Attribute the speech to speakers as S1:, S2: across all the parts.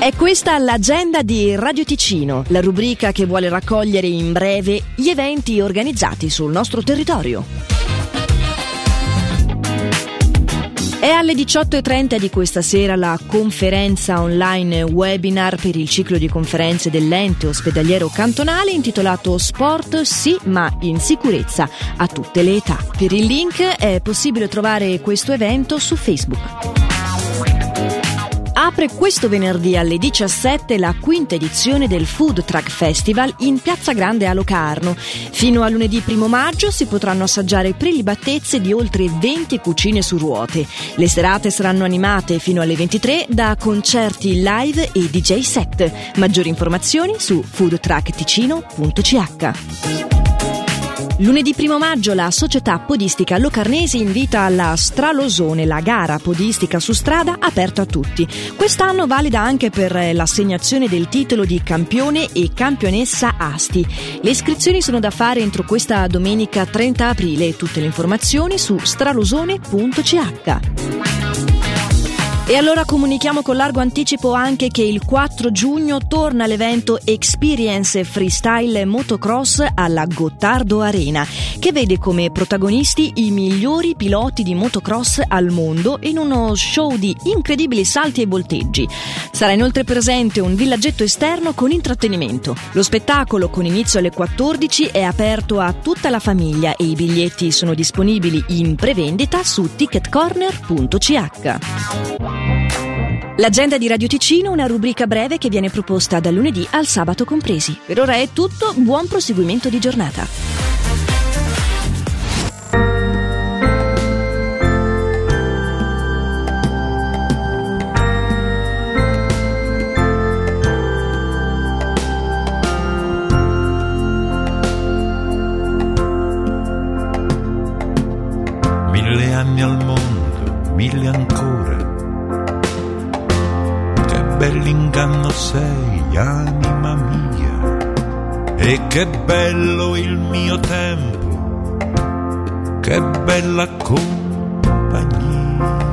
S1: È questa l'agenda di Radio Ticino, la rubrica che vuole raccogliere in breve gli eventi organizzati sul nostro territorio. È alle 18:30 di questa sera la conferenza online webinar per il ciclo di conferenze dell'ente ospedaliero cantonale intitolato Sport sì ma in sicurezza a tutte le età. Per il link è possibile trovare questo evento su Facebook. Apre questo venerdì alle 17 la quinta edizione del Food Truck Festival in Piazza Grande a Locarno. Fino a lunedì 1 maggio si potranno assaggiare prelibatezze di oltre 20 cucine su ruote. Le serate saranno animate fino alle 23 da concerti live e DJ set. Maggiori informazioni su foodtruckticino.ch. Lunedì 1 maggio la società podistica locarnese invita alla Stralosone, la gara podistica su strada aperta a tutti. Quest'anno valida anche per l'assegnazione del titolo di campione e campionessa Asti. Le iscrizioni sono da fare entro questa domenica 30 aprile. Tutte le informazioni su stralosone.ch. E allora comunichiamo con largo anticipo anche che il 4 giugno torna l'evento Experience Freestyle Motocross alla Gottardo Arena, che vede come protagonisti i migliori piloti di motocross al mondo in uno show di incredibili salti e volteggi. Sarà inoltre presente un villaggetto esterno con intrattenimento. Lo spettacolo, con inizio alle 14, è aperto a tutta la famiglia e i biglietti sono disponibili in prevendita su ticketcorner.ch. L'agenda di Radio Ticino, una rubrica breve che viene proposta dal lunedì al sabato compresi. Per ora è tutto, buon proseguimento di giornata.
S2: Mille anni al mondo, 1000 ancora. Bell'inganno sei, anima mia, e che bello il mio tempo, che bella compagnia.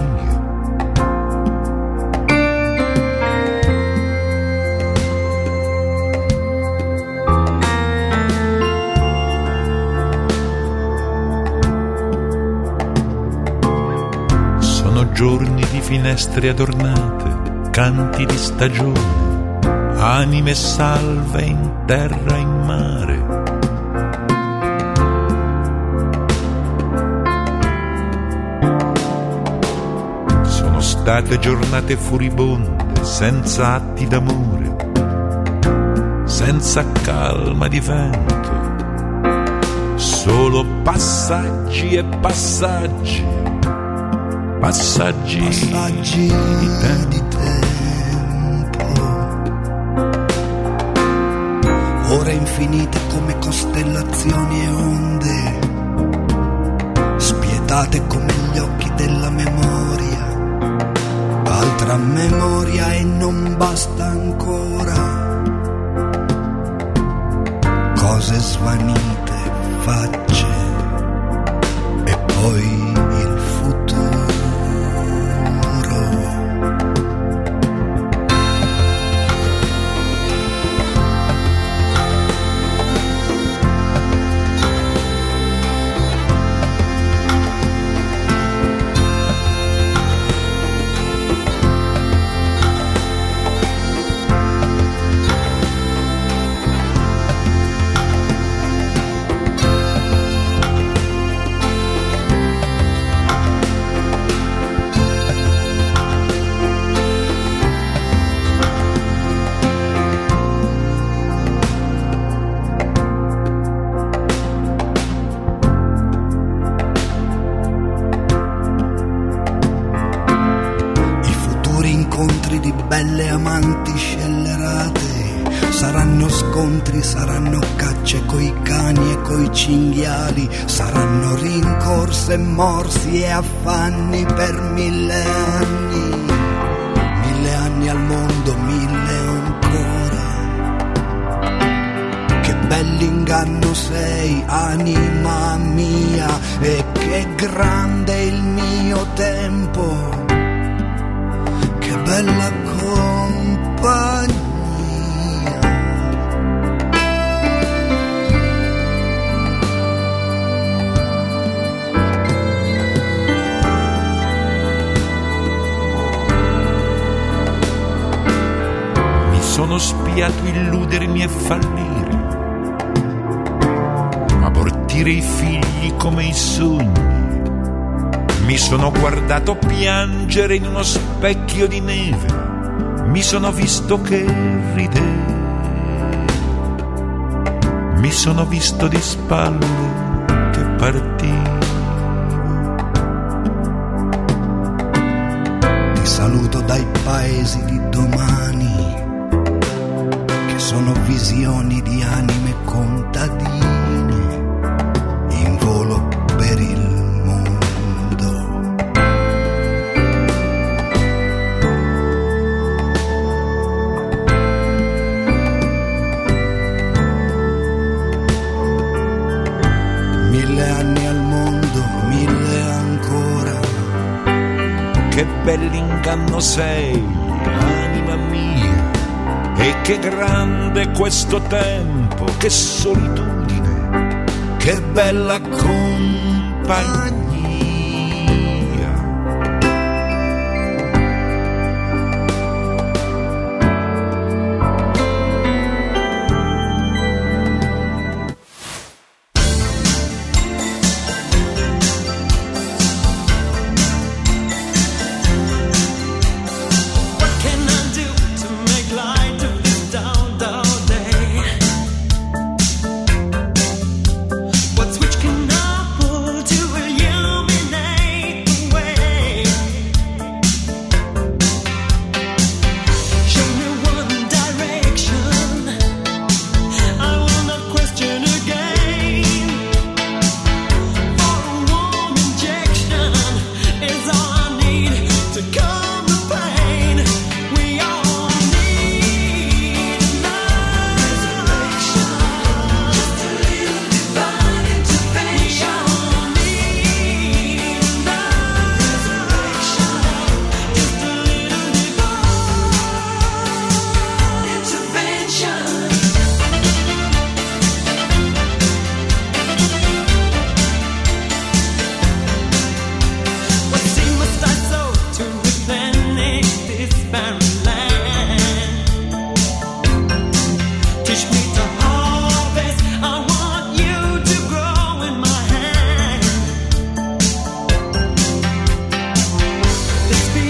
S2: Sono giorni di finestre adornate, canti di stagione, anime salve in terra e in mare. Sono state giornate furibonde, senza atti d'amore, senza calma di vento, solo passaggi e passaggi, passaggi di tempo.
S3: Ore infinite come costellazioni e onde, spietate come gli occhi della memoria, altra memoria e non basta ancora, cose svanite, facce e poi il futuro. Incontri di belle amanti scellerate, saranno scontri, saranno cacce coi cani e coi cinghiali, saranno rincorse, morsi e affanni per 1000 anni, 1000 anni al mondo, 1000 ancora. Che bell'inganno sei, anima mia, e che grande il mio tempo, che bella compagnia. compagnia.
S2: Sono spiato illudermi e fallire, abortire i figli come i sogni. Mi sono guardato piangere in uno specchio di neve, mi sono visto che ridevo, mi sono visto di spalle che partivo.
S3: Ti saluto dai paesi di domani, sono visioni di anime contadine in volo per il mondo. Mille anni al mondo, 1000 ancora.
S2: Che bell'inganno sei, anima mia. E che grande questo tempo, che solitudine, che bella compagnia.